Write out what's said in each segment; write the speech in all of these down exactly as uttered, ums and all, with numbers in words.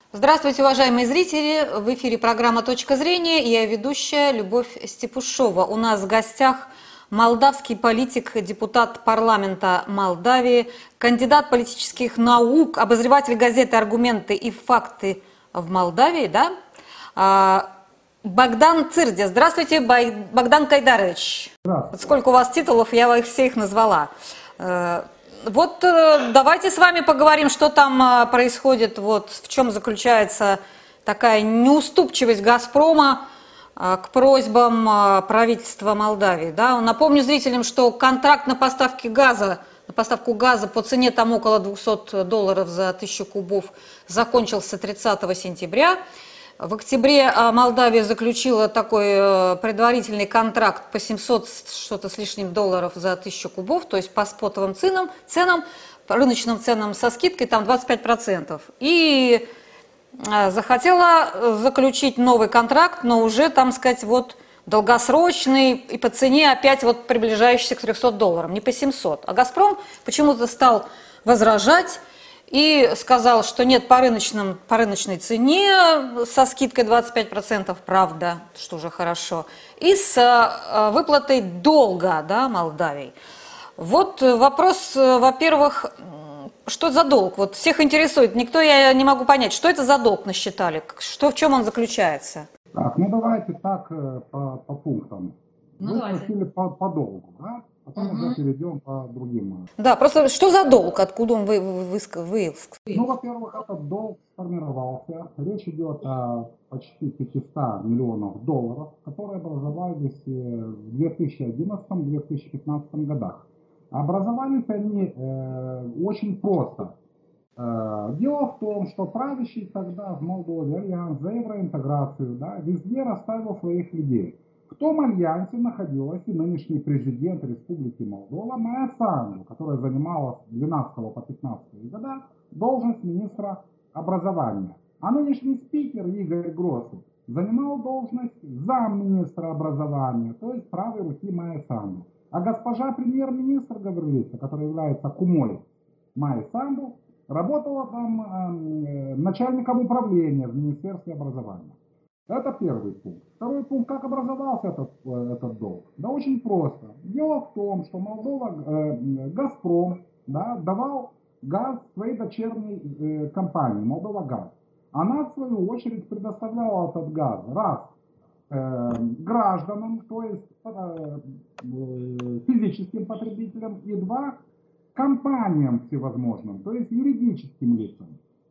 Здравствуйте, уважаемые зрители! В эфире программа «Точка зрения» и я ведущая Любовь Степушова. У нас в гостях молдавский политик, депутат парламента Молдавии, кандидат политических наук, обозреватель газеты «Аргументы и факты» в Молдавии, да? А, Богдан Цирдя. Здравствуйте, Богдан Кайдарович. Вот сколько у вас титулов, я их всех назвала. Вот давайте с вами поговорим, что там происходит, вот в чем заключается такая неуступчивость «Газпрома» к просьбам правительства Молдавии. Да? Напомню зрителям, что контракт на поставки газа, на поставку газа по цене там около двухсот долларов за тысячу кубов закончился тридцатого сентября. В октябре Молдавия заключила такой предварительный контракт по семьсот что-то с лишним долларов за тысячу кубов, то есть по спотовым ценам, ценам, по рыночным ценам со скидкой там двадцать пять процентов. И захотела заключить новый контракт, но уже, там сказать, вот долгосрочный и по цене опять вот приближающийся к трёмстам долларам, не по семьсот. А «Газпром» почему-то стал возражать и сказал, что нет, по, рыночным, по рыночной цене со скидкой двадцать пять процентов, правда, что уже хорошо, и с выплатой долга, да, Молдавии. Вот вопрос, во-первых, что за долг? Вот всех интересует, никто, я не могу понять, что это за долг насчитали, что, в чем он заключается? Так, ну давайте так по, по пунктам. Ну, Вы давайте. спросили по, по долгу, да? Потом Угу. уже перейдем по другим. Да, просто что за долг, откуда он вы, вы, вы, вы... Ну, во-первых, этот долг сформировался. Речь идет о почти пятистах миллионов долларов, которые образовались в две тысячи одиннадцатом — две тысячи пятнадцатом годах. Образовались они э, очень просто. Э, дело в том, что правящий тогда в Молдове альянс за евроинтеграцию, да, везде расставил своих людей. В том альянсе находилась и нынешний президент Республики Молдова Майя Санду, которая занимала с двенадцатого по пятнадцатый года должность министра образования. А нынешний спикер Игорь Гросс занимал должность замминистра образования, то есть правой руки Майи Санду. А госпожа премьер-министр Гаврилица, которая является кумой Майи Санду, работала там э, начальником управления в Министерстве образования. Это первый пункт. Второй пункт, как образовался этот, этот долг? Да очень просто. Дело в том, что Молдова, э, «Газпром», да, давал газ своей дочерней э, компании «Молдова Газ». Она, в свою очередь, предоставляла этот газ раз э, гражданам, то есть э, физическим потребителям, и два компаниям всевозможным, то есть юридическим лицам.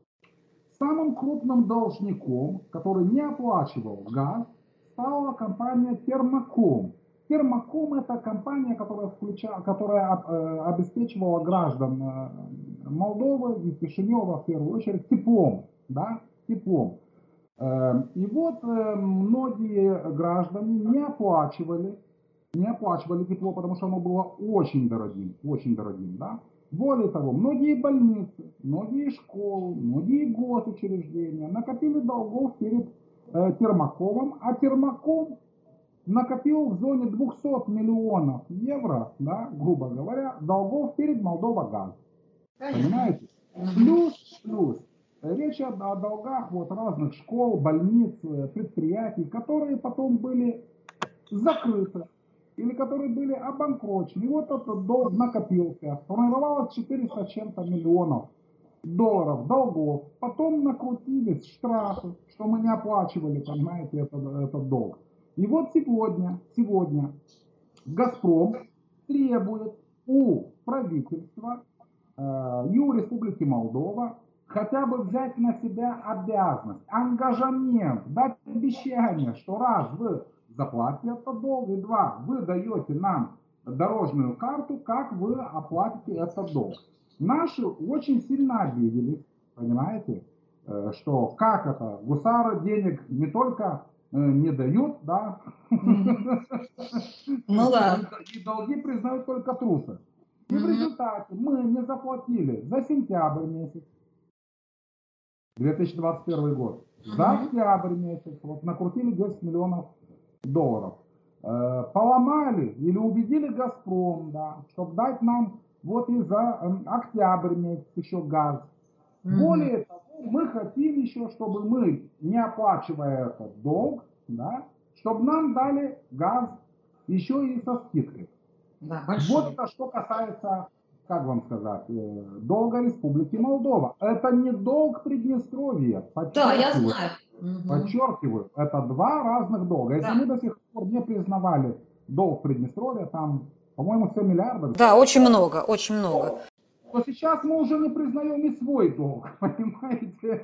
Самым крупным должником, который не оплачивал газ, стала компания «Термоком». «Термоком» — это компания, которая, включала, которая э, обеспечивала граждан э, Молдовы и Кишинева, в первую очередь, теплом. Да? Теплом. Э, и вот э, многие граждане не оплачивали, не оплачивали тепло, потому что оно было очень дорогим, очень дорогим, да. Более того, многие больницы, многие школы, многие госучреждения накопили долгов перед э, Термокомом, а Термоком накопил в зоне двухсот миллионов евро, да, грубо говоря, долгов перед Молдова Газ. Понимаете? Плюс, плюс. Речь о, о долгах вот разных школ, больниц, предприятий, которые потом были закрыты или которые были обанкрочены. И вот этот долг накопился, сформировалось четыреста с чем-то миллионов долларов долгов. Потом накрутились штрафы, что мы не оплачивали, понимаете, этот, этот долг. И вот сегодня, сегодня «Газпром» требует у правительства э, и у Республики Молдова хотя бы взять на себя обязанность, ангажемент, дать обещание, что раз вы заплатите этот долг, и два, вы даете нам дорожную карту, как вы оплатите этот долг. Наши очень сильно обиделись, понимаете, что как это, гусары денег не только не дают, да, ну да, и долги признают только трусы. И в результате мы не заплатили за сентябрь месяц, две тысячи двадцать первый год, за октябрь месяц, вот накрутили десять миллионов долларов. Э, поломали или убедили «Газпром», да, чтобы дать нам вот и за э, октябрь месяц еще газ. Mm-hmm. Более того, мы хотим еще, чтобы мы, не оплачивая этот долг, да, чтобы нам дали газ еще и со скидкой. Да, Вот большой. это что касается, как вам сказать, э, долга Республики Молдова. Это не долг Приднестровья, Да, я подчеркиваю. знаю. Мгм. Подчеркиваю, это два разных долга. Если Да. мы до сих пор не признавали долг Приднестровья, там, по-моему, семь миллиардов, Да, очень много, очень много. то сейчас мы уже не признаем и свой долг, понимаете?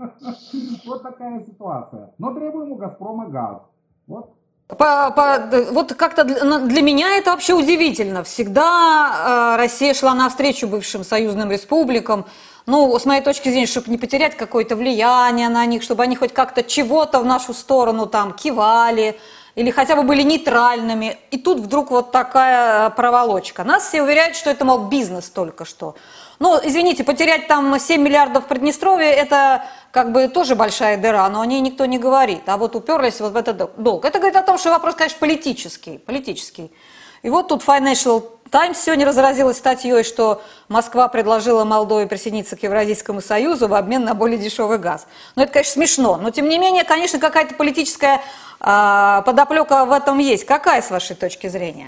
Вот такая ситуация. Но требуем у «Газпрома» газ. Вот. По, по, вот как-то для, для меня это вообще удивительно. Всегда э, Россия шла навстречу бывшим союзным республикам. Ну, с моей точки зрения, чтобы не потерять какое-то влияние на них, чтобы они хоть как-то чего-то в нашу сторону там кивали или хотя бы были нейтральными. И тут вдруг вот такая проволочка. Нас все уверяют, что это, мол, бизнес только что. Ну, извините, потерять там семь миллиардов в Приднестровье, это как бы тоже большая дыра, но о ней никто не говорит. А вот уперлись вот в этот долг. Это говорит о том, что вопрос, конечно, политический. политический. И вот тут Financial Times сегодня разразилась статьей, что Москва предложила Молдове присоединиться к Евразийскому союзу в обмен на более дешевый газ. Ну, это, конечно, смешно. Но, тем не менее, конечно, какая-то политическая э, подоплека в этом есть. Какая, с вашей точки зрения?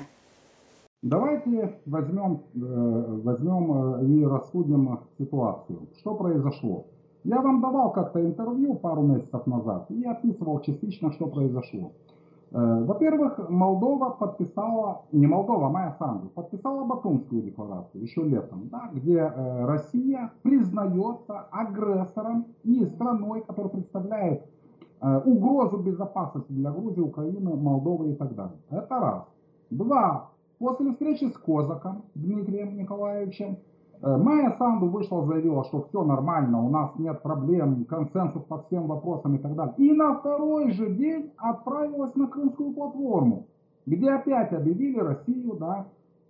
Давайте возьмем, возьмем и рассудим ситуацию. Что произошло? Я вам давал как-то интервью пару месяцев назад и описывал частично, что произошло. Во-первых, Молдова подписала, не Молдова, а Майя Санду, подписала Батумскую декларацию еще летом, да, где Россия признается агрессором и страной, которая представляет угрозу безопасности для Грузии, Украины, Молдовы и так далее. Это раз. Два. После встречи с Козаком Дмитрием Николаевичем Майя Санду вышла, заявила, что все нормально, у нас нет проблем, консенсус по всем вопросам и так далее. И на второй же день отправилась на Крымскую платформу, где опять объявили Россию, да,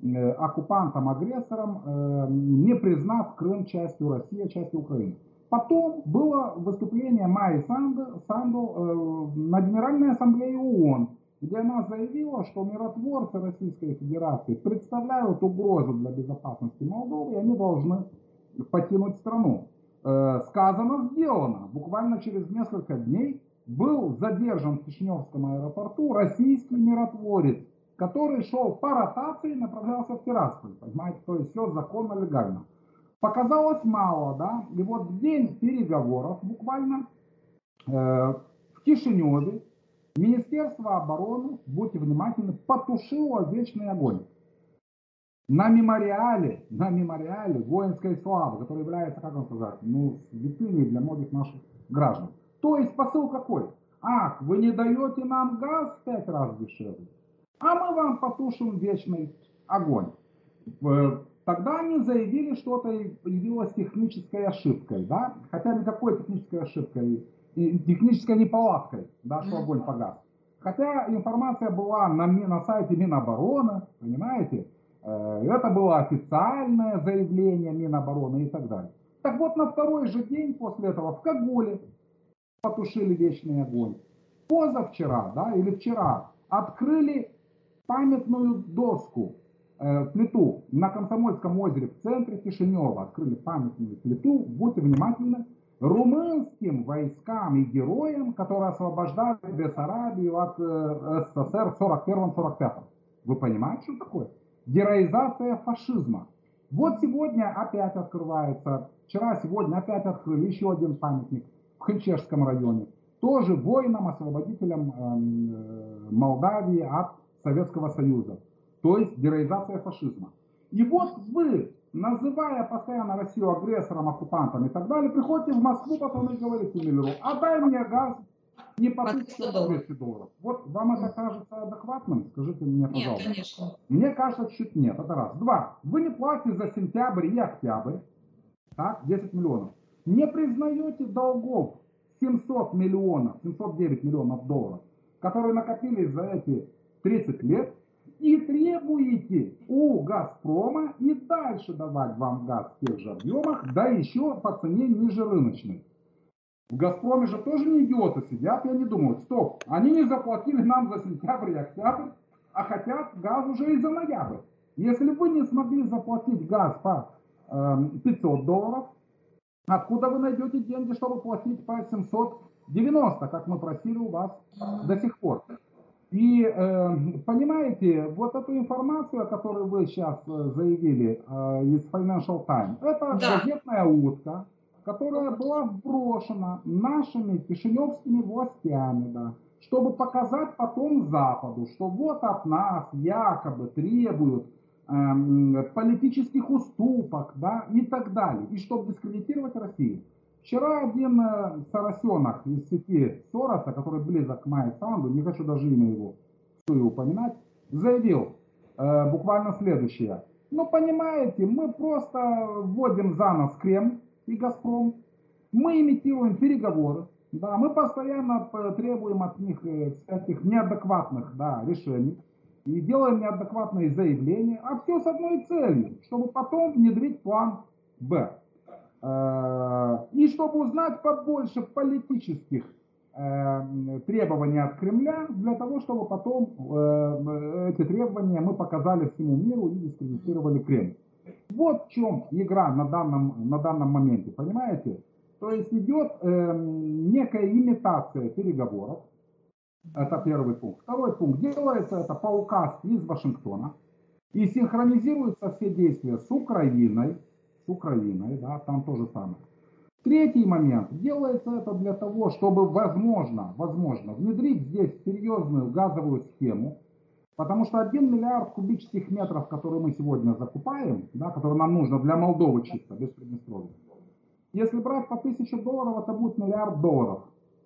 оккупантом-агрессором, не признав Крым частью России, частью Украины. Потом было выступление Майи Санду, Санду э, на Генеральной Ассамблее ООН, где она заявила, что миротворцы Российской Федерации представляют угрозу для безопасности Молдовы, и они должны покинуть страну. Э, сказано, сделано. Буквально через несколько дней был задержан в Кишиневском аэропорту российский миротворец, который шел по ротации и направлялся в Тирасполь. Понимаете, то есть все законно, легально. Показалось мало, да, и вот в день переговоров буквально э, в Кишиневе Министерство обороны, будьте внимательны, потушило вечный огонь. На мемориале, на мемориале воинской славы, который является, как вам сказать, ну, святыней для многих наших граждан. То есть посыл какой? Ах, вы не даете нам газ в пять раз дешевле, а мы вам потушим вечный огонь. Тогда они заявили, что это явилось технической ошибкой, да? Хотя никакой технической ошибкой, технической неполадкой, да, что огонь погас. Хотя информация была на, на сайте Минобороны, понимаете? Это было официальное заявление Минобороны и так далее. Так вот, на второй же день после этого в Коголе потушили вечный огонь. Позавчера, да, или вчера открыли памятную доску, э, плиту на Комсомольском озере в центре Кишинева. Открыли памятную плиту, будьте внимательны, румынским войскам и героям, которые освобождали Бессарабию от э, СССР в сорок первом сорок пятом. Вы понимаете, что такое? Героизация фашизма. Вот сегодня опять открывается, вчера, сегодня опять открыли еще один памятник в Хинчешском районе. Тоже воинам-освободителям э, Молдавии от Советского Союза. То есть героизация фашизма. И вот вы, называя постоянно Россию агрессором, оккупантом и так далее, приходите в Москву, потом и говорите Миллеру, отдай мне газ не по тысяче, а по двести долларов. Вот вам это кажется адекватным? Скажите мне, пожалуйста. Нет, конечно. Мне кажется, чуть нет. Это раз. Два. Вы не платите за сентябрь и октябрь, так, десять миллионов. Не признаете долгов семьсот миллионов, семьсот девять миллионов долларов, которые накопились за эти тридцать лет, и требуете у «Газпрома» и дальше давать вам газ в тех же объемах, да еще по цене ниже рыночной. В «Газпроме» же тоже не идиоты сидят, я не думаю, стоп, они не заплатили нам за сентябрь и октябрь, а хотят газ уже и за ноябрь. Если вы не смогли заплатить газ по э, пятьсот долларов, Откуда вы найдете деньги, чтобы платить по семьсот девяносто, как мы просили у вас до сих пор? И э, понимаете, вот эту информацию, которую вы сейчас э, заявили э, из Financial Times, это Да. газетная утка, которая была вброшена нашими кишиневскими властями, да, чтобы показать потом Западу, что вот от нас якобы требуют э, политических уступок, да, и так далее, и чтобы дискредитировать Россию. Вчера один э, соросенок из сети Сороса, который близок к Майе Санду, не хочу даже имя его упоминать, заявил э, буквально следующее. Ну, понимаете, мы просто вводим за нос Кремль и Газпром, мы имитируем переговоры, да, мы постоянно требуем от них всяких неадекватных, да, решений и делаем неадекватные заявления, а все с одной целью, чтобы потом внедрить план Б. И чтобы узнать побольше политических э, требований от Кремля, для того, чтобы потом э, эти требования мы показали всему миру и дискредитировали Кремль. Вот в чем игра на данном, на данном моменте, понимаете? То есть идет э, некая имитация переговоров, это первый пункт. Второй пункт, делается это по указке из Вашингтона, и синхронизируются все действия с Украиной, с Украиной, да, там то же самое. Третий момент. Делается это для того, чтобы возможно, возможно внедрить здесь серьезную газовую схему, потому что один миллиард кубических метров, которые мы сегодня закупаем, да, которые нам нужно для Молдовы чисто, без Приднестровья, если брать по тысяче долларов, это будет миллиард долларов.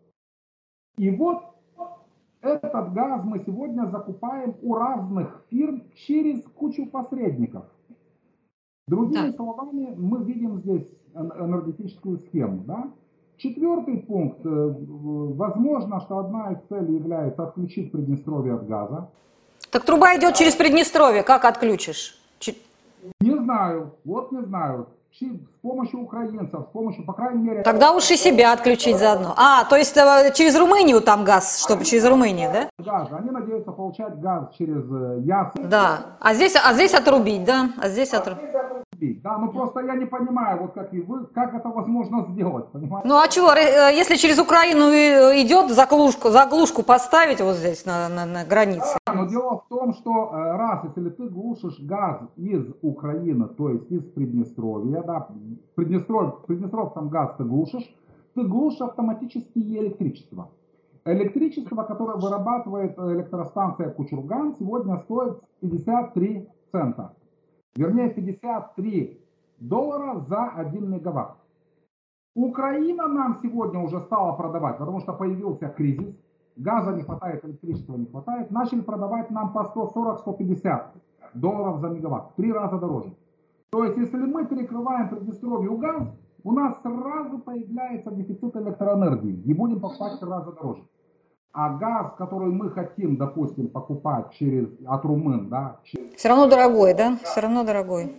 И вот этот газ мы сегодня закупаем у разных фирм через кучу посредников. Другими Да. словами, мы видим здесь энергетическую схему. Да? Четвертый пункт. Возможно, что одна из целей является отключить Приднестровье от газа. Так труба идет через Приднестровье, как отключишь? Ч- Не знаю, вот не знаю. С помощью украинцев, с помощью, по крайней мере... Тогда уж и себя отключить заодно. А, то есть э, через Румынию там газ, чтобы через Румынию, да? Газ. Они надеются получать газ через Яс. Да. А здесь, а здесь отрубить, да? А здесь отрубить. Да, ну просто я не понимаю, вот как и вы, как это возможно сделать, понимаете? Ну а чего, э, если через Украину и- идет, заглушку, заглушку поставить вот здесь на, на, на границе? Да, но дело в том, что э, раз, если ты глушишь газ из Украины, то есть из Приднестровья, да, Приднестров, Приднестровцам газ ты глушишь, ты глушишь автоматически и электричество. Электричество, которое вырабатывает электростанция Кучурган, сегодня стоит пятьдесят три цента. Вернее, пятьдесят три доллара за один мегаватт. Украина нам сегодня уже стала продавать, потому что появился кризис, газа не хватает, электричества не хватает, начали продавать нам по сто сорок - сто пятьдесят долларов за мегаватт, в три раза дороже. То есть, если мы перекрываем Приднестровью газ, у нас сразу появляется дефицит электроэнергии, и будем покупать в три раза дороже. А газ, который мы хотим, допустим, покупать через, от румын, да, через... Все равно дорогой, да? Все равно дорогой.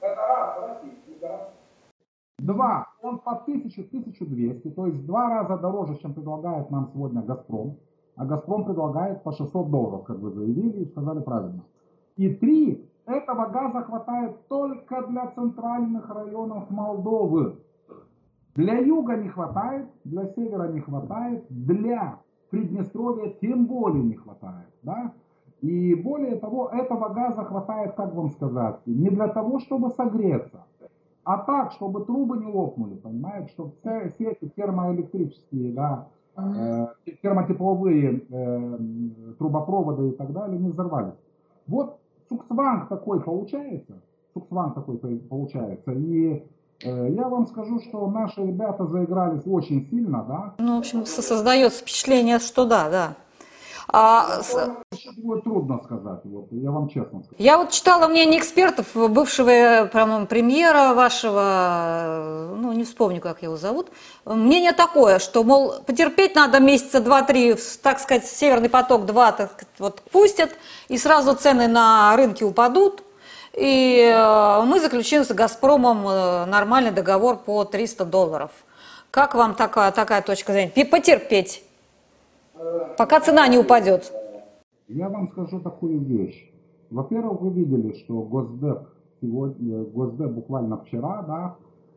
Два, он по тысяче - тысячу двести, то есть в два раза дороже, чем предлагает нам сегодня Газпром. А Газпром предлагает по шестьсот долларов, как вы заявили и сказали правильно. И три, этого газа хватает только для центральных районов Молдовы. Для юга не хватает, для севера не хватает, для Приднестровья тем более не хватает. Да? И более того, этого газа хватает, как вам сказать, не для того, чтобы согреться, а так, чтобы трубы не лопнули, понимаете, чтобы все, все эти термоэлектрические, да, э, термотепловые э, трубопроводы и так далее не взорвались. Вот цукцванг такой получается, цукцванг такой получается, и э, я вам скажу, что наши ребята заигрались очень сильно, да. Ну, в общем, со- создается впечатление, что да, да. А, с- Будет трудно сказать, вот, я вам честно скажу. я вот читала мнение экспертов, бывшего, по-моему, премьера вашего, ну, не вспомню, как его зовут. Мнение такое, что, мол, потерпеть надо месяца два-три, так сказать, Северный поток-два так, вот, пустят, и сразу цены на рынке упадут, и э, мы заключим с «Газпромом» э, нормальный договор по триста долларов. Как вам такая, такая точка зрения? Потерпеть, пока цена не упадет. Я вам скажу такую вещь. Во-первых, вы видели, что Госдеп сегодня, Госдеп буквально вчера, да,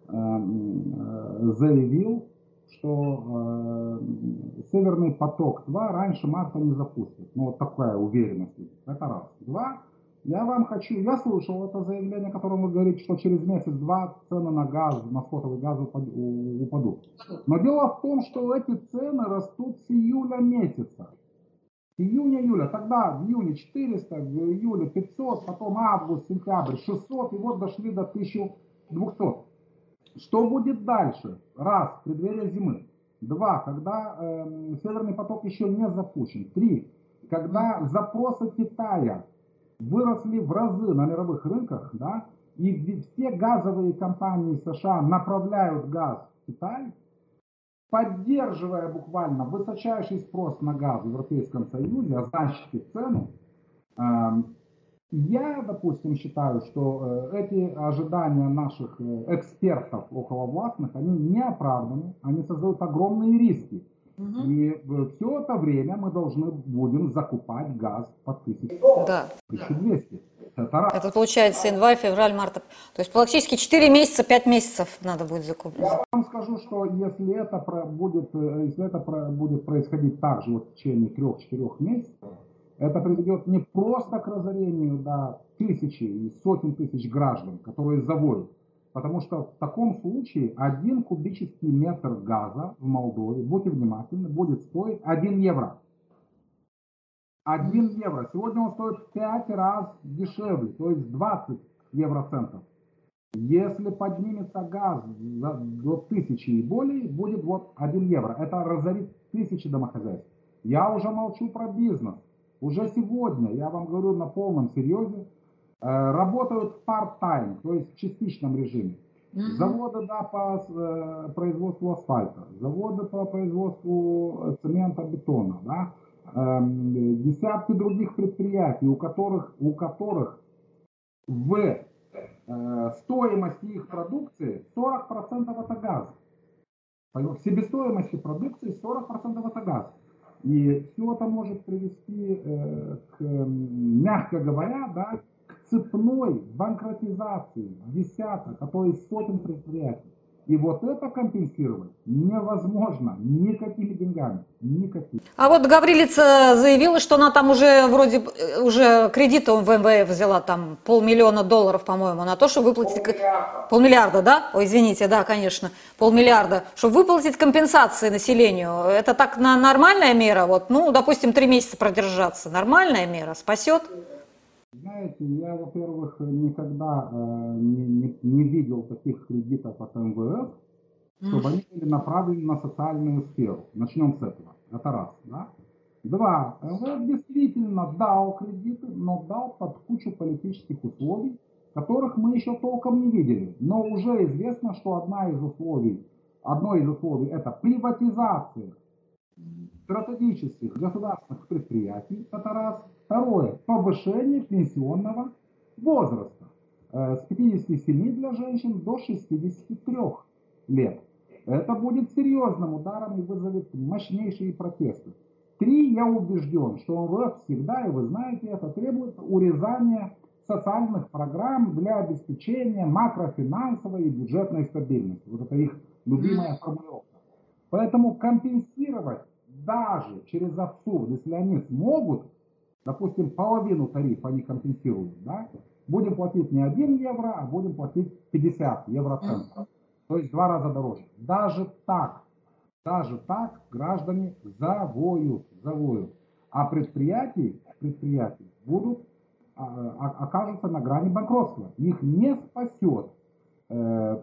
заявил, что Северный поток-два раньше марта не запустит. Ну, вот такая уверенность. Это раз. Два. Я вам хочу, я слышал это заявление, которое вы говорите, что через месяц-два цены на газ, на спотовый газ упадут. Но дело в том, что эти цены растут с июля месяца. Июня-июля, тогда в июне четыреста, в июле пятьсот, потом август, сентябрь шестьсот, и вот дошли до тысячи двухсот. Что будет дальше? Раз, в преддверии зимы. Два, когда э, Северный поток еще не запущен. Три, когда запросы Китая выросли в разы на мировых рынках, да, и все газовые компании США направляют газ в Китай, поддерживая буквально высочайший спрос на газ в Европейском Союзе, а значит и цену, я, допустим, считаю, что эти ожидания наших экспертов околовластных, они не оправданы, они создают огромные риски. Угу. И все это время мы должны будем закупать газ по тысяче двести. Да. Это, это получается январь, февраль, март. То есть практически четыре месяца, пять месяцев надо будет закупать. Я вам скажу, что если это будет, если это будет происходить так же вот в течение трех-четырех месяцев, это приведет не просто к разорению да, тысячи и сотен тысяч граждан, которые завоют. Потому что в таком случае один кубический метр газа в Молдове, будьте внимательны, будет стоить один евро. один евро. Сегодня он стоит в пять раз дешевле, то есть двадцать евроцентов. Если поднимется газ до тысячи и более, будет вот один евро. Это разорит тысячи домохозяйств. Я уже молчу про бизнес. Уже сегодня, я вам говорю на полном серьезе, работают в part-time, то есть в частичном режиме. Mm-hmm. Заводы да, по э, производству асфальта, заводы по производству цемента, бетона, да, э, десятки других предприятий, у которых, у которых в э, стоимости их продукции сорок процентов это газ. В себестоимости продукции сорок процентов это газ. И все это может привести, э, к, мягко говоря, да, к цепной банкротизации десяток, а то и сотен предприятий. И вот это компенсировать невозможно никакими деньгами, никакими. А вот Гаврилиц заявила, что она там уже вроде уже кредиты в эм вэ эф взяла там полмиллиона долларов, по-моему, на то, чтобы выплатить полмиллиарда. полмиллиарда, да? Ой, извините, да, конечно, полмиллиарда, чтобы выплатить компенсации населению. Это так на нормальная мера? Вот, ну, допустим, три месяца продержаться, нормальная мера спасет? Знаете, я, во-первых, никогда э, не, не, не видел таких кредитов от эм вэ эф, чтобы mm. они были направлены на социальную сферу. Начнем с этого. Это раз. Да? Два. эм вэ эф действительно дал кредиты, но дал под кучу политических условий, которых мы еще толком не видели. Но уже известно, что одна из условий, одно из условий это приватизация стратегических государственных предприятий, это раз. Второе, повышение пенсионного возраста э, с пятидесяти семи для женщин до шестидесяти трёх лет. Это будет серьезным ударом и вызовет мощнейшие протесты. Три, я убежден, что эм вэ эф всегда, и вы знаете это, требует урезания социальных программ для обеспечения макрофинансовой и бюджетной стабильности. Вот это их любимая формулировка. Поэтому компенсировать даже через абсурд, если они смогут, допустим, половину тарифа они компенсируют, да, будем платить не один евро, а будем платить пятьдесят евроцентов. То есть два раза дороже. Даже так, даже так граждане завоют, завоют. А предприятия, предприятия будут, а, окажутся на грани банкротства. Их не спасет э,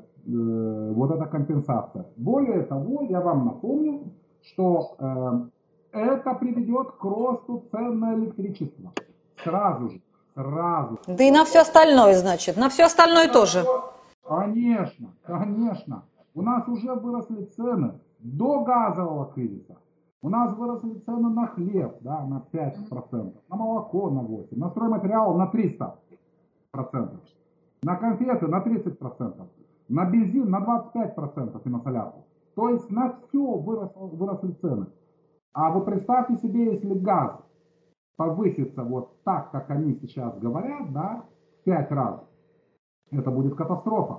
э, вот эта компенсация. Более того, я вам напомню, что э, это приведет к росту цен на электричество. Сразу же, сразу. Да и на все остальное, значит, на все остальное на тоже. Конечно, конечно. У нас уже выросли цены до газового кризиса. У нас выросли цены на хлеб, да, на пять процентов, на молоко на восемь процентов, на стройматериал на триста процентов, на конфеты на тридцать процентов, на бензин на двадцать пять процентов и на солярку. То есть на все выросли, выросли цены. А вы представьте себе, если газ повысится вот так, как они сейчас говорят, да, в пять раз, это будет катастрофа.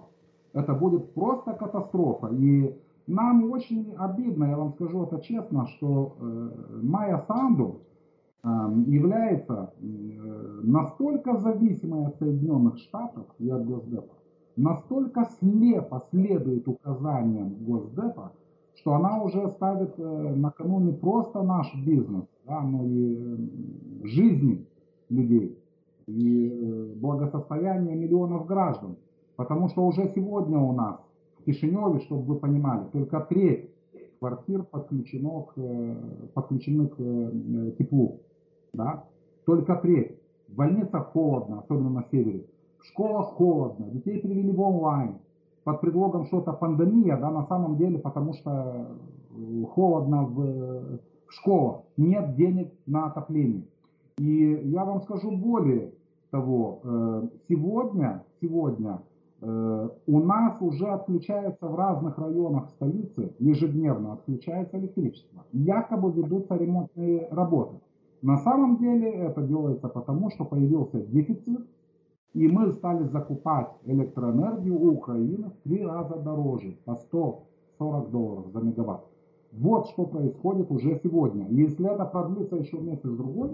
Это будет просто катастрофа. И нам очень обидно, я вам скажу это честно, что э, Майя Санду э, является э, настолько зависимой от Соединенных Штатов и от Госдепа, настолько слепо следует указаниям Госдепа, что она уже ставит э, на кону не просто наш бизнес, да, но и э, жизни людей и э, благосостояние миллионов граждан. Потому что уже сегодня у нас в Кишиневе, чтобы вы понимали, только треть квартир подключено к, э, подключены к э, теплу. Да? Только треть. В больницах холодно, особенно на севере. В школах холодно, детей перевели в онлайн. Под предлогом, что это пандемия, да, на самом деле, потому что холодно в, в школах, нет денег на отопление. И я вам скажу более того, сегодня, сегодня у нас уже отключается в разных районах столицы, ежедневно отключается электричество. Якобы ведутся ремонтные работы. На самом деле это делается потому, что появился дефицит, и мы стали закупать электроэнергию у Украины в три раза дороже, по сто сорок долларов за мегаватт. Вот что происходит уже сегодня. Если это продлится еще месяц-другой,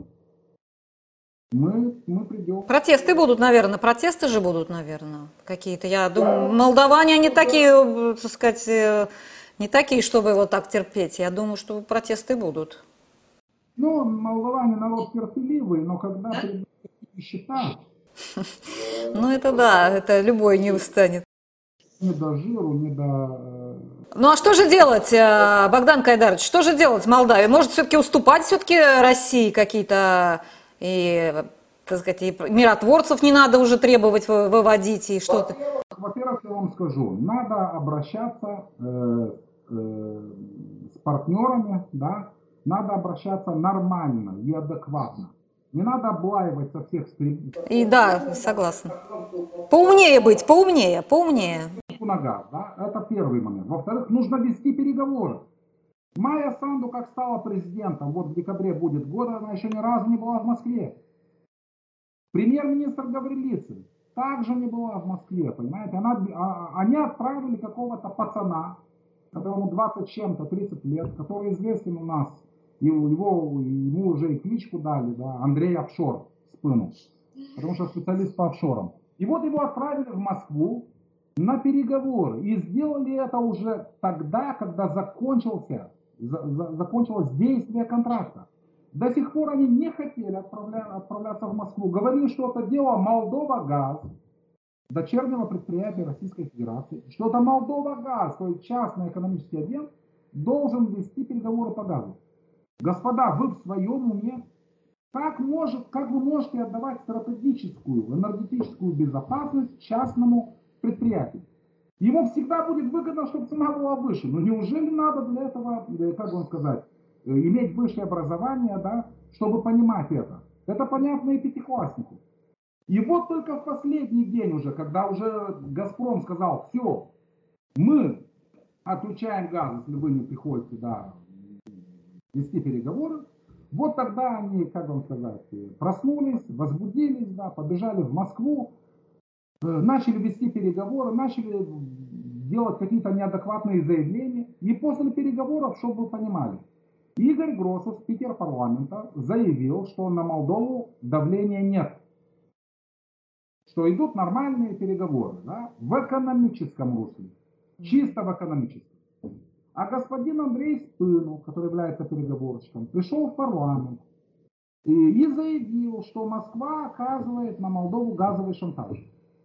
мы, мы придем... Протесты будут, наверное, протесты же будут, наверное, какие-то. Я думаю, молдаване, они такие, так сказать, не такие, чтобы вот так терпеть. Я думаю, что протесты будут. Ну, молдаване народ терпеливый, но когда придут такие счета... Ну, это да, это любой не устанет. Не до жиру, не до... Ну, а что же делать, Богдан Кайдарович, что же делать Молдавии? Может, все-таки уступать все-таки России какие-то, и, так сказать, и миротворцев не надо уже требовать выводить, и что-то? Во-первых, я вам скажу, надо обращаться э, э, с партнерами, да, надо обращаться нормально и адекватно. Не надо облаивать со всех сторон. И да, согласна. Поумнее быть, поумнее, поумнее. На газ, да, это первый момент. Во-вторых, нужно вести переговоры. Майя Санду, как стала президентом, вот в декабре будет года, она еще ни разу не была в Москве. Премьер-министр Гаврилицын также не была в Москве, понимаете. Она, а, они отправили какого-то пацана, которому двадцать чем-то, тридцать лет, который известен у нас, его, его, ему уже и кличку дали, да, Андрей Офшор, спину, потому что специалист по офшорам. И вот его отправили в Москву на переговоры, и сделали это уже тогда, когда закончился, за, за, закончилось действие контракта. До сих пор они не хотели отправля, отправляться в Москву. Говорили, что это дело Молдова Газ, дочернего предприятия Российской Федерации, что это Молдова Газ, то есть частный экономический агент, должен вести переговоры по газу. Господа, вы в своем уме? Как, может, как вы можете отдавать стратегическую энергетическую безопасность частному предприятию? Ему всегда будет выгодно, чтобы цена была выше. Но неужели надо для этого, как вам сказать, иметь высшее образование, да, чтобы понимать это? Это понятно и пятикласснику. И вот только в последний день уже, когда уже Газпром сказал, все, мы отключаем газ, если вы не приходите, да, вести переговоры, вот тогда они, как вам сказать, проснулись, возбудились, да, побежали в Москву, начали вести переговоры, начали делать какие-то неадекватные заявления. И после переговоров, чтобы вы понимали, Игорь Гросов, спикер парламента, заявил, что на Молдову давления нет. Что идут нормальные переговоры, да, в экономическом русле. Чисто в экономическом. А господин Андрей Спыну, который является переговорщиком, пришел в парламент и, и заявил, что Москва оказывает на Молдову газовый шантаж.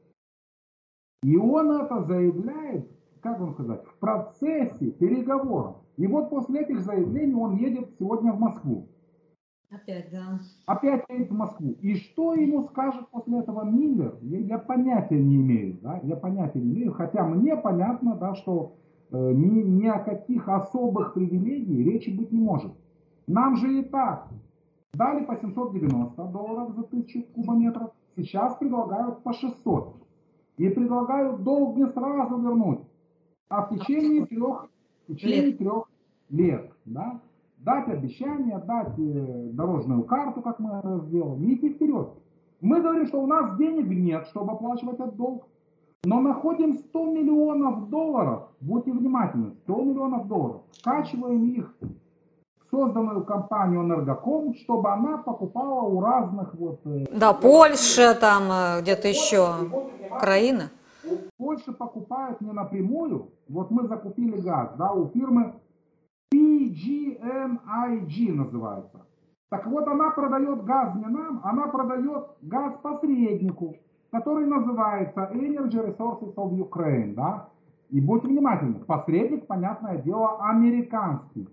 И он это заявляет, как вам сказать, в процессе переговоров. И вот после этих заявлений он едет сегодня в Москву. Опять, да. Опять едет в Москву. И что ему скажет после этого Миллер, я, я понятия не имею. Да? Я понятия не имею. Хотя мне понятно, да, что э, ни, ни о каких особых привилегиях речи быть не может. Нам же и так дали по семьсот девяносто долларов за тысячу кубометров. Сейчас предлагают по шестьсот. И предлагают долг не сразу вернуть, а в течение трех, в течение трех лет. Да? Дать обещание, дать э, дорожную карту, как мы это сделали, и идти вперед. Мы говорим, что у нас денег нет, чтобы оплачивать этот долг. Но находим сто миллионов долларов, будьте внимательны, сто миллионов долларов, скачиваем их в созданную компанию «Энергоком», чтобы она покупала у разных вот... Да, Польша, там где-то еще, Украина. Польша покупает не напрямую, вот мы закупили газ, да, у фирмы пи джи эн ай джи называется. Так вот, она продает газ не нам, она продает газ посреднику, который называется Energy Resources of Ukraine, да. И будьте внимательны, посредник, понятное дело, американский.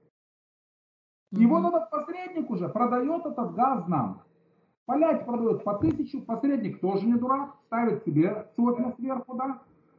И вот этот посредник уже продает этот газ нам. Поляки продают по тысячу, посредник тоже не дурак, ставит себе сотню сверху, да.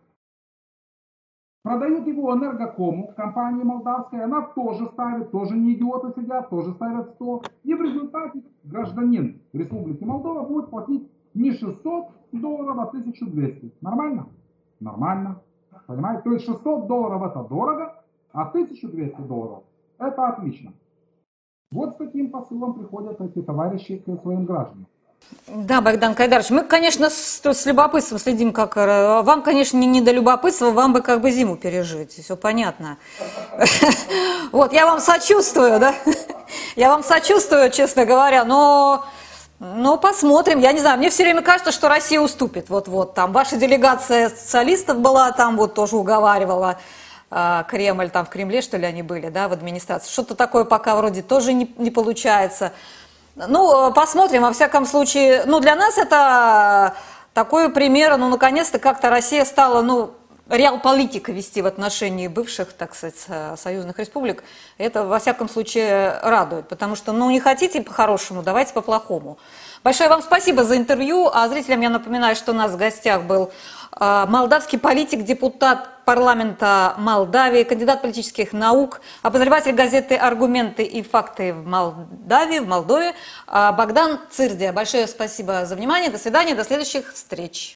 Продают его «Энергокому», компании молдавской, она тоже ставит, тоже не идиоты сидят, тоже ставят сто. И в результате гражданин Республики Молдова будет платить не шестьсот долларов, а тысячу двести. Нормально? Нормально. Понимаете? То есть шестьсот долларов это дорого, а тысяча двести долларов это отлично. Вот с таким посылом приходят эти товарищи к своим гражданам. Да, Богдан Кайдарович, мы, конечно, с, с любопытством следим, как... Вам, конечно, не, не до любопытства, вам бы как бы зиму пережить, все понятно. Вот, я вам сочувствую, да? Я вам сочувствую, честно говоря, но... Ну, посмотрим. Я не знаю, мне все время кажется, что Россия уступит. Вот-вот, там, ваша делегация социалистов была, там вот тоже уговаривала Кремль, там в Кремле, что ли, они были, да, в администрации. Что-то такое пока вроде тоже не, не получается. Ну, посмотрим, во всяком случае, ну, для нас это такой пример, ну, наконец-то как-то Россия стала, ну, реал-политика вести в отношении бывших, так сказать, союзных республик. Это, во всяком случае, радует, потому что, ну, не хотите по-хорошему, давайте по-плохому. Большое вам спасибо за интервью, а зрителям я напоминаю, что у нас в гостях был молдавский политик, депутат парламента Молдавии, кандидат политических наук, обозреватель газеты «Аргументы и факты» в Молдавии, в Молдове, Богдан Цирдия. Большое спасибо за внимание, до свидания, до следующих встреч.